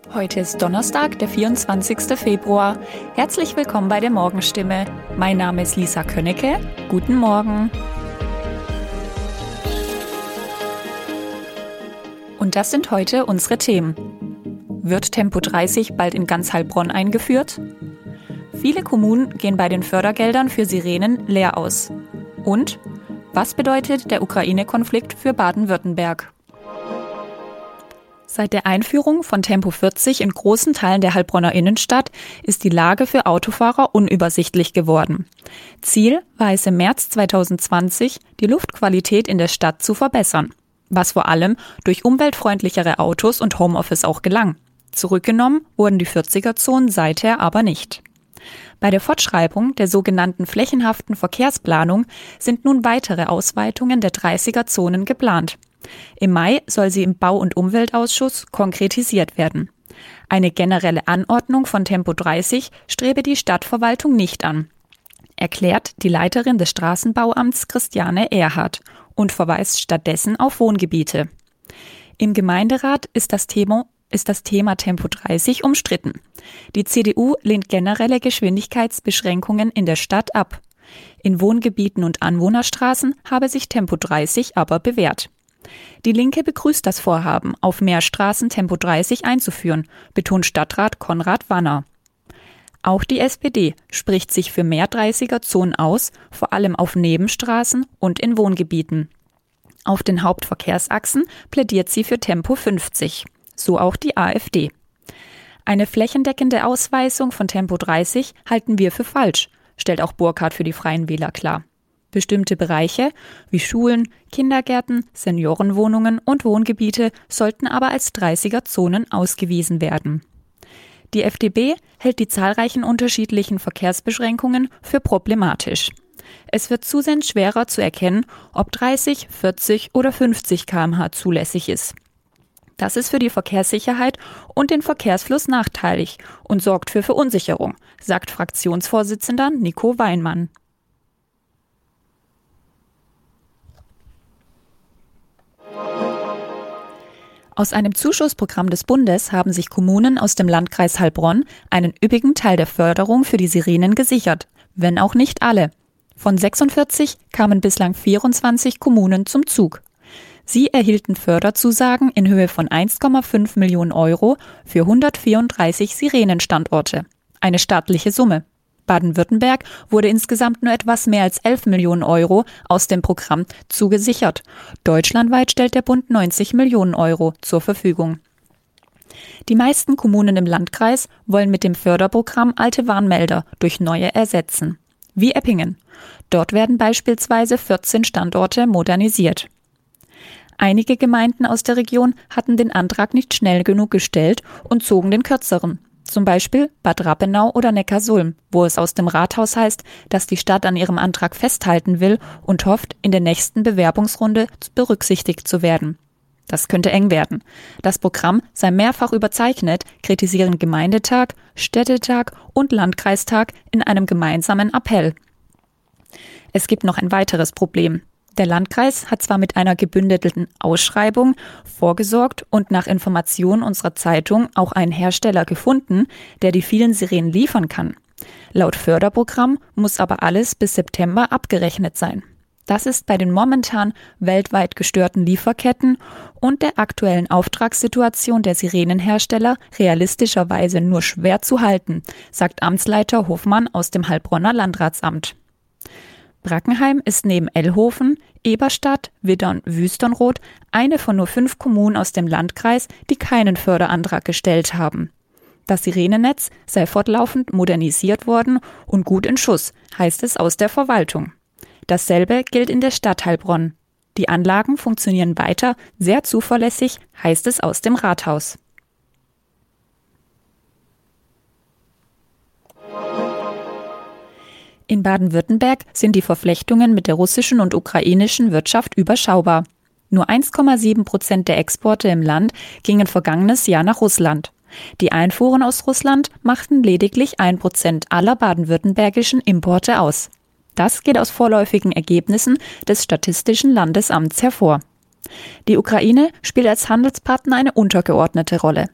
Heute ist Donnerstag, der 24. Februar. Herzlich willkommen bei der Morgenstimme. Mein Name ist Lisa Könnecke. Guten Morgen. Und das sind heute unsere Themen. Wird Tempo 30 bald in ganz Heilbronn eingeführt? Viele Kommunen gehen bei den Fördergeldern für Sirenen leer aus. Und was bedeutet der Ukraine-Konflikt für Baden-Württemberg? Seit der Einführung von Tempo 40 in großen Teilen der Heilbronner Innenstadt ist die Lage für Autofahrer unübersichtlich geworden. Ziel war es im März 2020, die Luftqualität in der Stadt zu verbessern, was vor allem durch umweltfreundlichere Autos und Homeoffice auch gelang. Zurückgenommen wurden die 40er-Zonen seither aber nicht. Bei der Fortschreibung der sogenannten flächenhaften Verkehrsplanung sind nun weitere Ausweitungen der 30er-Zonen geplant. Im Mai soll sie im Bau- und Umweltausschuss konkretisiert werden. Eine generelle Anordnung von Tempo 30 strebe die Stadtverwaltung nicht an, erklärt die Leiterin des Straßenbauamts Christiane Erhardt und verweist stattdessen auf Wohngebiete. Im Gemeinderat ist das Thema Tempo 30 umstritten. Die CDU lehnt generelle Geschwindigkeitsbeschränkungen in der Stadt ab. In Wohngebieten und Anwohnerstraßen habe sich Tempo 30 aber bewährt. Die Linke begrüßt das Vorhaben, auf mehr Straßen Tempo 30 einzuführen, betont Stadtrat Konrad Wanner. Auch die SPD spricht sich für mehr 30er-Zonen aus, vor allem auf Nebenstraßen und in Wohngebieten. Auf den Hauptverkehrsachsen plädiert sie für Tempo 50, so auch die AfD. Eine flächendeckende Ausweisung von Tempo 30 halten wir für falsch, stellt auch Burkhardt für die Freien Wähler klar. Bestimmte Bereiche wie Schulen, Kindergärten, Seniorenwohnungen und Wohngebiete sollten aber als 30er-Zonen ausgewiesen werden. Die FDP hält die zahlreichen unterschiedlichen Verkehrsbeschränkungen für problematisch. Es wird zusehends schwerer zu erkennen, ob 30, 40 oder 50 km/h zulässig ist. Das ist für die Verkehrssicherheit und den Verkehrsfluss nachteilig und sorgt für Verunsicherung, sagt Fraktionsvorsitzender Nico Weinmann. Aus einem Zuschussprogramm des Bundes haben sich Kommunen aus dem Landkreis Heilbronn einen üppigen Teil der Förderung für die Sirenen gesichert, wenn auch nicht alle. Von 46 kamen bislang 24 Kommunen zum Zug. Sie erhielten Förderzusagen in Höhe von 1,5 Millionen Euro für 134 Sirenenstandorte. Eine stattliche Summe. Baden-Württemberg wurde insgesamt nur etwas mehr als 11 Millionen Euro aus dem Programm zugesichert. Deutschlandweit stellt der Bund 90 Millionen Euro zur Verfügung. Die meisten Kommunen im Landkreis wollen mit dem Förderprogramm alte Warnmelder durch neue ersetzen. Wie Eppingen. Dort werden beispielsweise 14 Standorte modernisiert. Einige Gemeinden aus der Region hatten den Antrag nicht schnell genug gestellt und zogen den kürzeren. Zum Beispiel Bad Rappenau oder Neckarsulm, wo es aus dem Rathaus heißt, dass die Stadt an ihrem Antrag festhalten will und hofft, in der nächsten Bewerbungsrunde berücksichtigt zu werden. Das könnte eng werden. Das Programm sei mehrfach überzeichnet, kritisieren Gemeindetag, Städtetag und Landkreistag in einem gemeinsamen Appell. Es gibt noch ein weiteres Problem. Der Landkreis hat zwar mit einer gebündelten Ausschreibung vorgesorgt und nach Informationen unserer Zeitung auch einen Hersteller gefunden, der die vielen Sirenen liefern kann. Laut Förderprogramm muss aber alles bis September abgerechnet sein. Das ist bei den momentan weltweit gestörten Lieferketten und der aktuellen Auftragssituation der Sirenenhersteller realistischerweise nur schwer zu halten, sagt Amtsleiter Hofmann aus dem Heilbronner Landratsamt. Brackenheim ist neben Ellhofen, Eberstadt, Widder und Wüsternroth eine von nur 5 Kommunen aus dem Landkreis, die keinen Förderantrag gestellt haben. Das Sirenennetz sei fortlaufend modernisiert worden und gut in Schuss, heißt es aus der Verwaltung. Dasselbe gilt in der Stadt Heilbronn. Die Anlagen funktionieren weiter sehr zuverlässig, heißt es aus dem Rathaus. In Baden-Württemberg sind die Verflechtungen mit der russischen und ukrainischen Wirtschaft überschaubar. Nur 1,7% der Exporte im Land gingen vergangenes Jahr nach Russland. Die Einfuhren aus Russland machten lediglich 1% aller baden-württembergischen Importe aus. Das geht aus vorläufigen Ergebnissen des Statistischen Landesamts hervor. Die Ukraine spielt als Handelspartner eine untergeordnete Rolle.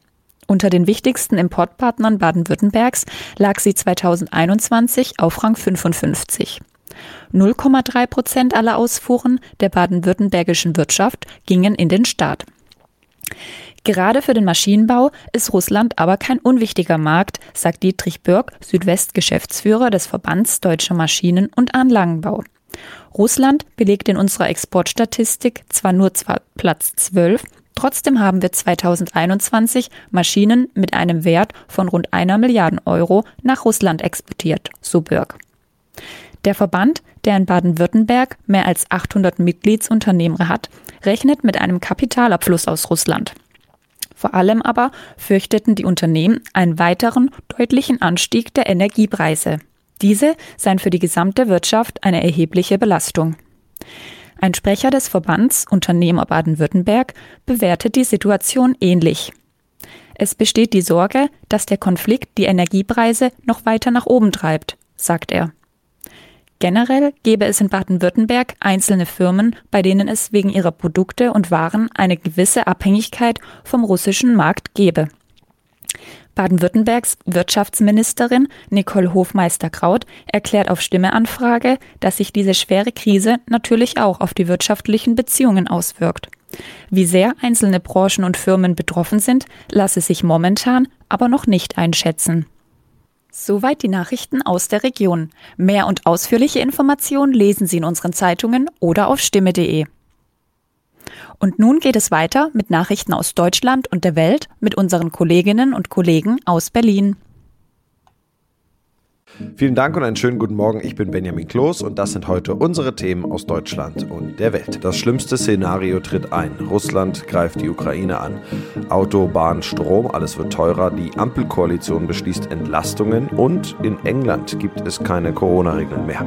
Unter den wichtigsten Importpartnern Baden-Württembergs lag sie 2021 auf Rang 55. 0,3% aller Ausfuhren der baden-württembergischen Wirtschaft gingen in den Staat. Gerade für den Maschinenbau ist Russland aber kein unwichtiger Markt, sagt Dietrich Bürg, Südwest-Geschäftsführer des Verbands Deutscher Maschinen- und Anlagenbau. Russland belegt in unserer Exportstatistik zwar nur Platz 12, trotzdem haben wir 2021 Maschinen mit einem Wert von rund 1 Milliarde Euro nach Russland exportiert, so Bürg. Der Verband, der in Baden-Württemberg mehr als 800 Mitgliedsunternehmen hat, rechnet mit einem Kapitalabfluss aus Russland. Vor allem aber fürchteten die Unternehmen einen weiteren deutlichen Anstieg der Energiepreise. Diese seien für die gesamte Wirtschaft eine erhebliche Belastung. Ein Sprecher des Verbands Unternehmer Baden-Württemberg bewertet die Situation ähnlich. Es besteht die Sorge, dass der Konflikt die Energiepreise noch weiter nach oben treibt, sagt er. Generell gäbe es in Baden-Württemberg einzelne Firmen, bei denen es wegen ihrer Produkte und Waren eine gewisse Abhängigkeit vom russischen Markt gäbe. Baden-Württembergs Wirtschaftsministerin Nicole Hofmeister-Kraut erklärt auf Stimme-Anfrage, dass sich diese schwere Krise natürlich auch auf die wirtschaftlichen Beziehungen auswirkt. Wie sehr einzelne Branchen und Firmen betroffen sind, lasse sich momentan aber noch nicht einschätzen. Soweit die Nachrichten aus der Region. Mehr und ausführliche Informationen lesen Sie in unseren Zeitungen oder auf stimme.de. Und nun geht es weiter mit Nachrichten aus Deutschland und der Welt mit unseren Kolleginnen und Kollegen aus Berlin. Vielen Dank und einen schönen guten Morgen. Ich bin Benjamin Kloß und das sind heute unsere Themen aus Deutschland und der Welt. Das schlimmste Szenario tritt ein. Russland greift die Ukraine an. Auto, Bahn, Strom, alles wird teurer. Die Ampelkoalition beschließt Entlastungen und in England gibt es keine Corona-Regeln mehr.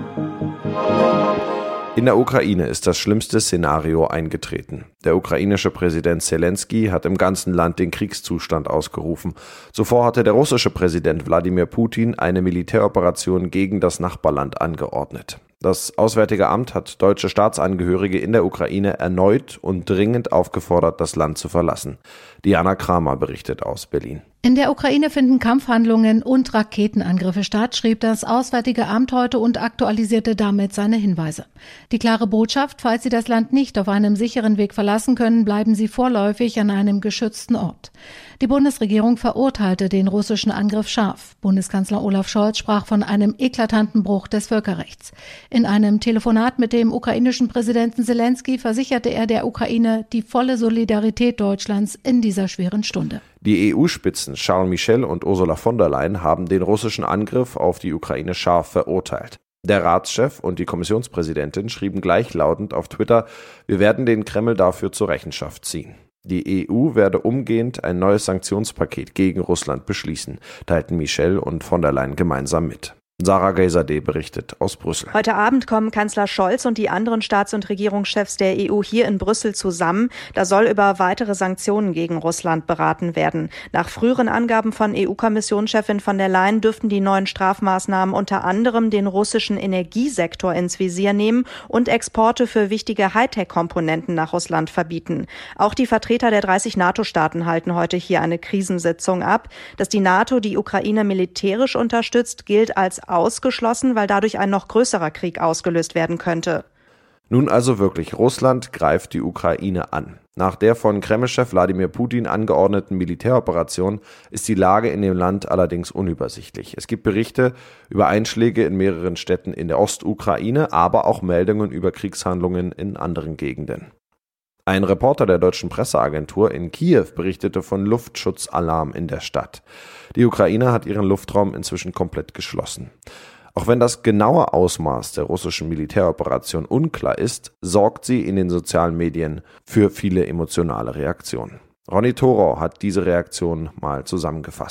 In der Ukraine ist das schlimmste Szenario eingetreten. Der ukrainische Präsident Selenskyj hat im ganzen Land den Kriegszustand ausgerufen. Zuvor hatte der russische Präsident Wladimir Putin eine Militäroperation gegen das Nachbarland angeordnet. Das Auswärtige Amt hat deutsche Staatsangehörige in der Ukraine erneut und dringend aufgefordert, das Land zu verlassen. Diana Kramer berichtet aus Berlin. In der Ukraine finden Kampfhandlungen und Raketenangriffe statt, schrieb das Auswärtige Amt heute und aktualisierte damit seine Hinweise. Die klare Botschaft: Falls Sie das Land nicht auf einem sicheren Weg verlassen können, bleiben Sie vorläufig an einem geschützten Ort. Die Bundesregierung verurteilte den russischen Angriff scharf. Bundeskanzler Olaf Scholz sprach von einem eklatanten Bruch des Völkerrechts. In einem Telefonat mit dem ukrainischen Präsidenten Selenskyj versicherte er der Ukraine die volle Solidarität Deutschlands in dieser schweren Stunde. Die EU-Spitzen Charles Michel und Ursula von der Leyen haben den russischen Angriff auf die Ukraine scharf verurteilt. Der Ratschef und die Kommissionspräsidentin schrieben gleichlautend auf Twitter: Wir werden den Kreml dafür zur Rechenschaft ziehen. Die EU werde umgehend ein neues Sanktionspaket gegen Russland beschließen, teilten Michel und von der Leyen gemeinsam mit. Sarah Geisadeh berichtet aus Brüssel. Heute Abend kommen Kanzler Scholz und die anderen Staats- und Regierungschefs der EU hier in Brüssel zusammen. Da soll über weitere Sanktionen gegen Russland beraten werden. Nach früheren Angaben von EU-Kommissionschefin von der Leyen dürften die neuen Strafmaßnahmen unter anderem den russischen Energiesektor ins Visier nehmen und Exporte für wichtige Hightech-Komponenten nach Russland verbieten. Auch die Vertreter der 30 NATO-Staaten halten heute hier eine Krisensitzung ab. Dass die NATO die Ukraine militärisch unterstützt, gilt als ausgeschlossen, weil dadurch ein noch größerer Krieg ausgelöst werden könnte. Nun also wirklich, Russland greift die Ukraine an. Nach der von Kreml-Chef Wladimir Putin angeordneten Militäroperation ist die Lage in dem Land allerdings unübersichtlich. Es gibt Berichte über Einschläge in mehreren Städten in der Ostukraine, aber auch Meldungen über Kriegshandlungen in anderen Gegenden. Ein Reporter der deutschen Presseagentur in Kiew berichtete von Luftschutzalarm in der Stadt. Die Ukraine hat ihren Luftraum inzwischen komplett geschlossen. Auch wenn das genaue Ausmaß der russischen Militäroperation unklar ist, sorgt sie in den sozialen Medien für viele emotionale Reaktionen. Ronny Thorau hat diese Reaktion mal zusammengefasst.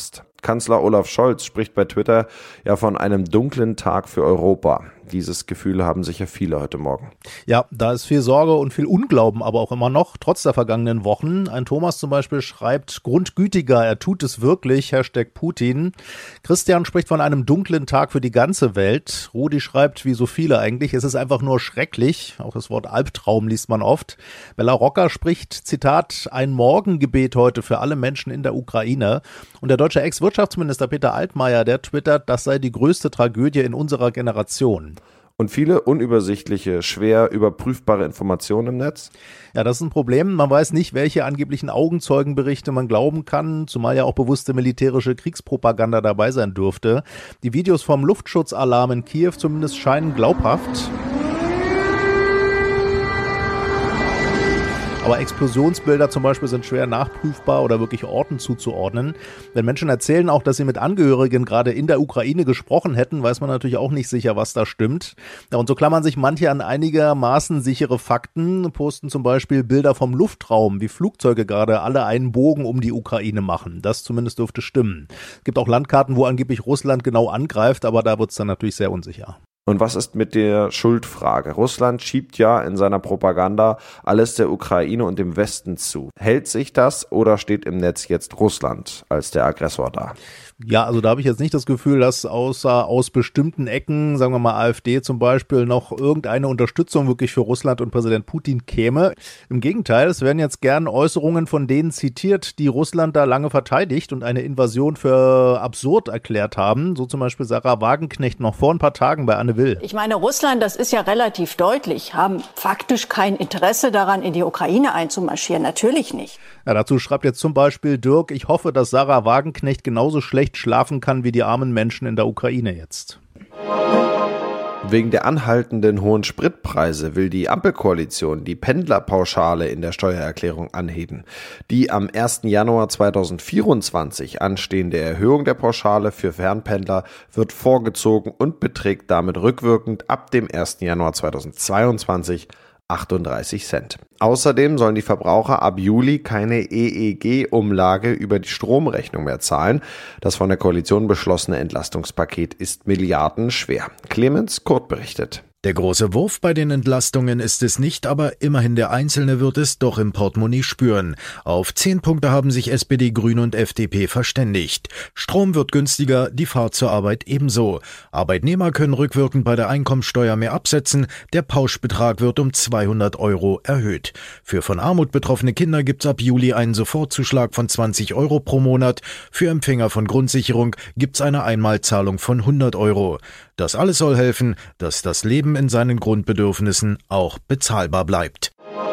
Kanzler Olaf Scholz spricht bei Twitter ja von einem dunklen Tag für Europa. Dieses Gefühl haben sicher viele heute Morgen. Ja, da ist viel Sorge und viel Unglauben, aber auch immer noch, trotz der vergangenen Wochen. Ein Thomas zum Beispiel schreibt, grundgütiger, er tut es wirklich, #Putin. Christian spricht von einem dunklen Tag für die ganze Welt. Rudi schreibt, wie so viele eigentlich, es ist einfach nur schrecklich. Auch das Wort Albtraum liest man oft. Bella Rocker spricht, Zitat, ein Morgengebet heute für alle Menschen in der Ukraine. Und der deutsche Ex-Wirtschaftsminister Peter Altmaier, der twittert, das sei die größte Tragödie in unserer Generation. Und viele unübersichtliche, schwer überprüfbare Informationen im Netz? Ja, das ist ein Problem. Man weiß nicht, welche angeblichen Augenzeugenberichte man glauben kann, zumal ja auch bewusste militärische Kriegspropaganda dabei sein dürfte. Die Videos vom Luftschutzalarm in Kiew zumindest scheinen glaubhaft. Aber Explosionsbilder zum Beispiel sind schwer nachprüfbar oder wirklich Orten zuzuordnen. Wenn Menschen erzählen auch, dass sie mit Angehörigen gerade in der Ukraine gesprochen hätten, weiß man natürlich auch nicht sicher, was da stimmt. Ja, und so klammern sich manche an einigermaßen sichere Fakten, posten zum Beispiel Bilder vom Luftraum, wie Flugzeuge gerade alle einen Bogen um die Ukraine machen. Das zumindest dürfte stimmen. Es gibt auch Landkarten, wo angeblich Russland genau angreift, aber da wird es dann natürlich sehr unsicher. Und was ist mit der Schuldfrage? Russland schiebt ja in seiner Propaganda alles der Ukraine und dem Westen zu. Hält sich das oder steht im Netz jetzt Russland als der Aggressor da? Ja, also da habe ich jetzt nicht das Gefühl, dass außer aus bestimmten Ecken, sagen wir mal AfD zum Beispiel, noch irgendeine Unterstützung wirklich für Russland und Präsident Putin käme. Im Gegenteil, es werden jetzt gern Äußerungen von denen zitiert, die Russland da lange verteidigt und eine Invasion für absurd erklärt haben. So zum Beispiel Sarah Wagenknecht noch vor ein paar Tagen bei Anne Will. Ich meine, Russland, das ist ja relativ deutlich, haben faktisch kein Interesse daran, in die Ukraine einzumarschieren. Natürlich nicht. Ja, dazu schreibt jetzt zum Beispiel Dirk, ich hoffe, dass Sarah Wagenknecht genauso schlecht schlafen kann wie die armen Menschen in der Ukraine jetzt. Wegen der anhaltenden hohen Spritpreise will die Ampelkoalition die Pendlerpauschale in der Steuererklärung anheben. Die am 1. Januar 2024 anstehende Erhöhung der Pauschale für Fernpendler wird vorgezogen und beträgt damit rückwirkend ab dem 1. Januar 2022 38 Cent. Außerdem sollen die Verbraucher ab Juli keine EEG-Umlage über die Stromrechnung mehr zahlen. Das von der Koalition beschlossene Entlastungspaket ist milliardenschwer. Clemens Kurt berichtet. Der große Wurf bei den Entlastungen ist es nicht, aber immerhin der Einzelne wird es doch im Portemonnaie spüren. Auf 10 Punkte haben sich SPD, Grüne und FDP verständigt. Strom wird günstiger, die Fahrt zur Arbeit ebenso. Arbeitnehmer können rückwirkend bei der Einkommensteuer mehr absetzen, der Pauschbetrag wird um 200 € erhöht. Für von Armut betroffene Kinder gibt's ab Juli einen Sofortzuschlag von 20 € pro Monat. Für Empfänger von Grundsicherung gibt's eine Einmalzahlung von 100 €. Das alles soll helfen, dass das Leben in seinen Grundbedürfnissen auch bezahlbar bleibt.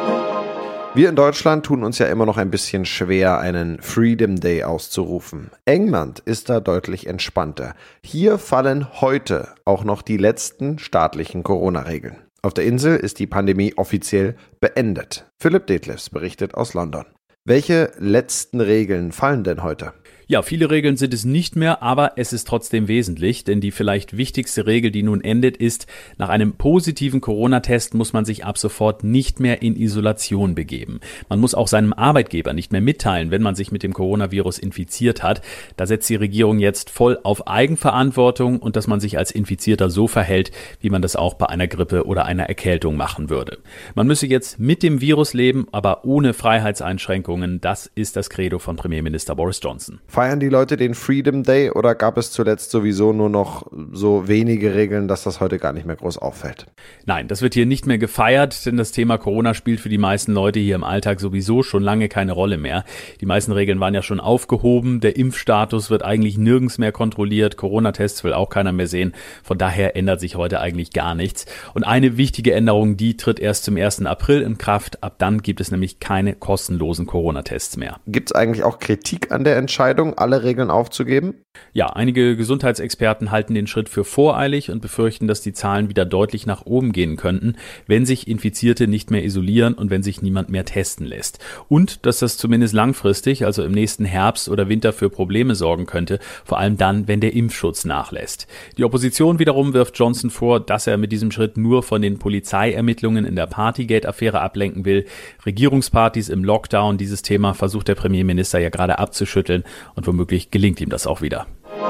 Wir in Deutschland tun uns ja immer noch ein bisschen schwer, einen Freedom Day auszurufen. England ist da deutlich entspannter. Hier fallen heute auch noch die letzten staatlichen Corona-Regeln. Auf der Insel ist die Pandemie offiziell beendet. Philipp Detlefs berichtet aus London. Welche letzten Regeln fallen denn heute? Ja, viele Regeln sind es nicht mehr, aber es ist trotzdem wesentlich, denn die vielleicht wichtigste Regel, die nun endet, ist, nach einem positiven Corona-Test muss man sich ab sofort nicht mehr in Isolation begeben. Man muss auch seinem Arbeitgeber nicht mehr mitteilen, wenn man sich mit dem Coronavirus infiziert hat. Da setzt die Regierung jetzt voll auf Eigenverantwortung und dass man sich als Infizierter so verhält, wie man das auch bei einer Grippe oder einer Erkältung machen würde. Man müsse jetzt mit dem Virus leben, aber ohne Freiheitseinschränkungen. Das ist das Credo von Premierminister Boris Johnson. Feiern die Leute den Freedom Day oder gab es zuletzt sowieso nur noch so wenige Regeln, dass das heute gar nicht mehr groß auffällt? Nein, das wird hier nicht mehr gefeiert, denn das Thema Corona spielt für die meisten Leute hier im Alltag sowieso schon lange keine Rolle mehr. Die meisten Regeln waren ja schon aufgehoben, der Impfstatus wird eigentlich nirgends mehr kontrolliert, Corona-Tests will auch keiner mehr sehen, von daher ändert sich heute eigentlich gar nichts. Und eine wichtige Änderung, die tritt erst zum 1. April in Kraft, ab dann gibt es nämlich keine kostenlosen Corona-Tests mehr. Gibt es eigentlich auch Kritik an der Entscheidung, alle Regeln aufzugeben? Ja, einige Gesundheitsexperten halten den Schritt für voreilig und befürchten, dass die Zahlen wieder deutlich nach oben gehen könnten, wenn sich Infizierte nicht mehr isolieren und wenn sich niemand mehr testen lässt. Und dass das zumindest langfristig, also im nächsten Herbst oder Winter, für Probleme sorgen könnte, vor allem dann, wenn der Impfschutz nachlässt. Die Opposition wiederum wirft Johnson vor, dass er mit diesem Schritt nur von den Polizeiermittlungen in der Partygate-Affäre ablenken will. Regierungspartys im Lockdown, dieses Thema versucht der Premierminister ja gerade abzuschütteln und womöglich gelingt ihm das auch wieder.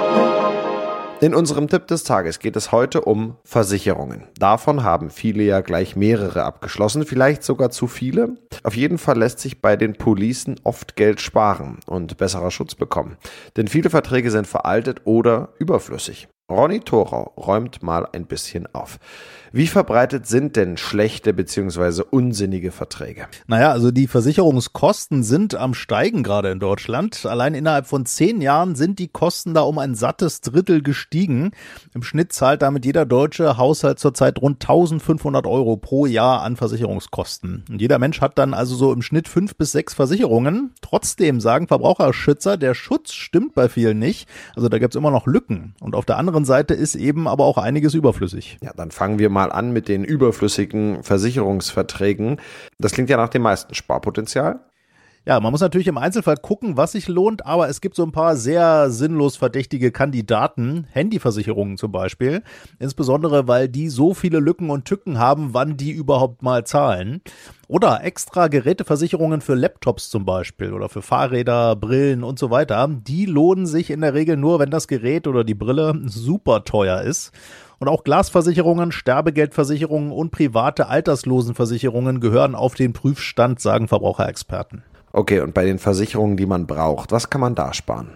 In unserem Tipp des Tages geht es heute um Versicherungen. Davon haben viele ja gleich mehrere abgeschlossen, vielleicht sogar zu viele. Auf jeden Fall lässt sich bei den Policen oft Geld sparen und besserer Schutz bekommen. Denn viele Verträge sind veraltet oder überflüssig. Ronny Thorau räumt mal ein bisschen auf. Wie verbreitet sind denn schlechte bzw. unsinnige Verträge? Naja, also die Versicherungskosten sind am Steigen gerade in Deutschland. Allein innerhalb von 10 Jahren sind die Kosten da um ein sattes Drittel gestiegen. Im Schnitt zahlt damit jeder deutsche Haushalt zurzeit rund 1.500 € pro Jahr an Versicherungskosten. Und jeder Mensch hat dann also so im Schnitt 5 bis 6 Versicherungen. Trotzdem sagen Verbraucherschützer, der Schutz stimmt bei vielen nicht. Also da gibt es immer noch Lücken. Und auf der anderen Seite ist eben aber auch einiges überflüssig. Ja, dann fangen wir mal an mit den überflüssigen Versicherungsverträgen. Das klingt ja nach dem meisten Sparpotenzial. Ja, man muss natürlich im Einzelfall gucken, was sich lohnt, aber es gibt so ein paar sehr sinnlos verdächtige Kandidaten, Handyversicherungen zum Beispiel, insbesondere weil die so viele Lücken und Tücken haben, wann die überhaupt mal zahlen. Oder extra Geräteversicherungen für Laptops zum Beispiel oder für Fahrräder, Brillen und so weiter. Die lohnen sich in der Regel nur, wenn das Gerät oder die Brille super teuer ist. Und auch Glasversicherungen, Sterbegeldversicherungen und private Alterslosenversicherungen gehören auf den Prüfstand, sagen Verbraucherexperten. Okay, und bei den Versicherungen, die man braucht, was kann man da sparen?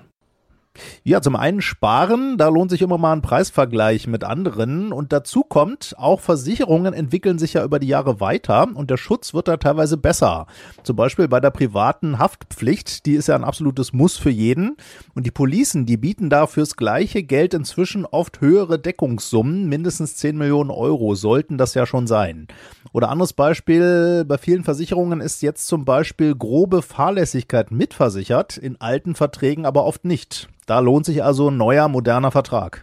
Ja, zum einen sparen, da lohnt sich immer mal ein Preisvergleich mit anderen und dazu kommt, auch Versicherungen entwickeln sich ja über die Jahre weiter und der Schutz wird da teilweise besser. Zum Beispiel bei der privaten Haftpflicht, die ist ja ein absolutes Muss für jeden und die Policen, die bieten da fürs gleiche Geld inzwischen oft höhere Deckungssummen, mindestens 10 Millionen € sollten das ja schon sein. Oder anderes Beispiel, bei vielen Versicherungen ist jetzt zum Beispiel grobe Fahrlässigkeit mitversichert, in alten Verträgen aber oft nicht. Da lohnt sich also ein neuer, moderner Vertrag.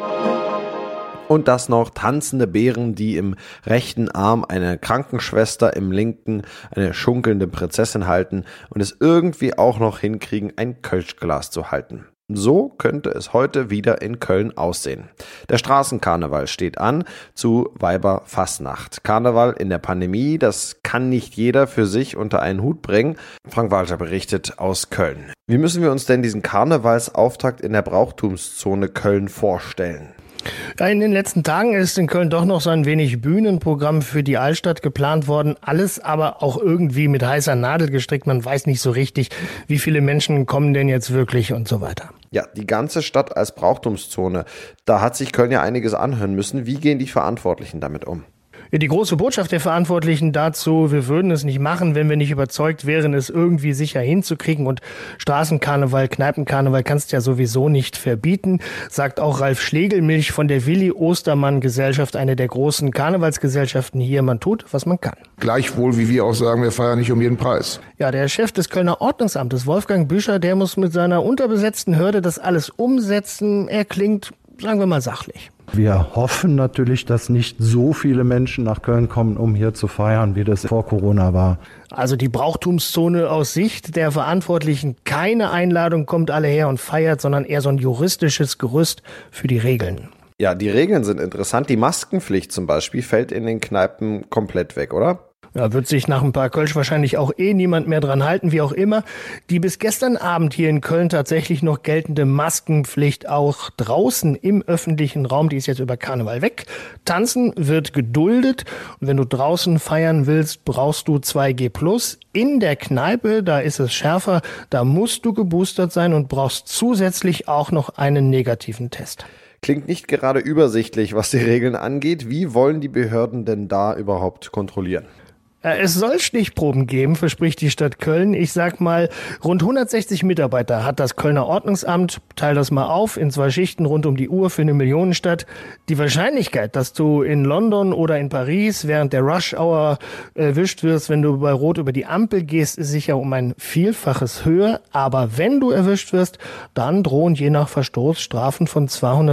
Und das noch tanzende Bären, die im rechten Arm eine Krankenschwester, im linken eine schunkelnde Prinzessin halten und es irgendwie auch noch hinkriegen, ein Kölschglas zu halten. So könnte es heute wieder in Köln aussehen. Der Straßenkarneval steht an zu Weiberfastnacht. Karneval in der Pandemie, das kann nicht jeder für sich unter einen Hut bringen. Frank Walter berichtet aus Köln. Wie müssen wir uns denn diesen Karnevalsauftakt in der Brauchtumszone Köln vorstellen? Ja, in den letzten Tagen ist in Köln doch noch so ein wenig Bühnenprogramm für die Altstadt geplant worden. Alles aber auch irgendwie mit heißer Nadel gestrickt. Man weiß nicht so richtig, wie viele Menschen kommen denn jetzt wirklich und so weiter. Ja, die ganze Stadt als Brauchtumszone. Da hat sich Köln ja einiges anhören müssen. Wie gehen die Verantwortlichen damit um? Ja, die große Botschaft der Verantwortlichen dazu, wir würden es nicht machen, wenn wir nicht überzeugt wären, es irgendwie sicher hinzukriegen. Und Straßenkarneval, Kneipenkarneval kannst du ja sowieso nicht verbieten, sagt auch Ralf Schlegelmilch von der Willi-Ostermann-Gesellschaft, eine der großen Karnevalsgesellschaften hier. Man tut, was man kann. Gleichwohl, wie wir auch sagen, wir feiern nicht um jeden Preis. Ja, der Chef des Kölner Ordnungsamtes, Wolfgang Büscher, der muss mit seiner unterbesetzten Hürde das alles umsetzen. Er klingt, sagen wir mal, sachlich. Wir hoffen natürlich, dass nicht so viele Menschen nach Köln kommen, um hier zu feiern, wie das vor Corona war. Also die Brauchtumszone aus Sicht der Verantwortlichen, keine Einladung, kommt alle her und feiert, sondern eher so ein juristisches Gerüst für die Regeln. Ja, die Regeln sind interessant. Die Maskenpflicht zum Beispiel fällt in den Kneipen komplett weg, oder? Ja, wird sich nach ein paar Kölsch wahrscheinlich auch niemand mehr dran halten, wie auch immer. Die bis gestern Abend hier in Köln tatsächlich noch geltende Maskenpflicht auch draußen im öffentlichen Raum, die ist jetzt über Karneval weg. Tanzen wird geduldet und wenn du draußen feiern willst, brauchst du 2G+. In der Kneipe, da ist es schärfer, da musst du geboostert sein und brauchst zusätzlich auch noch einen negativen Test. Klingt nicht gerade übersichtlich, was die Regeln angeht. Wie wollen die Behörden denn da überhaupt kontrollieren? Es soll Stichproben geben, verspricht die Stadt Köln. Ich sag mal, rund 160 Mitarbeiter hat das Kölner Ordnungsamt. Teil das mal auf in 2 Schichten rund um die Uhr für eine Millionenstadt. Die Wahrscheinlichkeit, dass du in London oder in Paris während der Rush-Hour erwischt wirst, wenn du bei Rot über die Ampel gehst, ist sicher um ein Vielfaches höher. Aber wenn du erwischt wirst, dann drohen je nach Verstoß Strafen von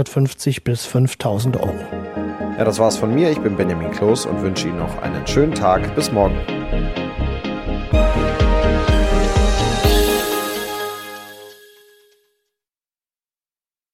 250 bis 5.000 €. Ja, das war's von mir. Ich bin Benjamin Kloß und wünsche Ihnen noch einen schönen Tag. Bis morgen.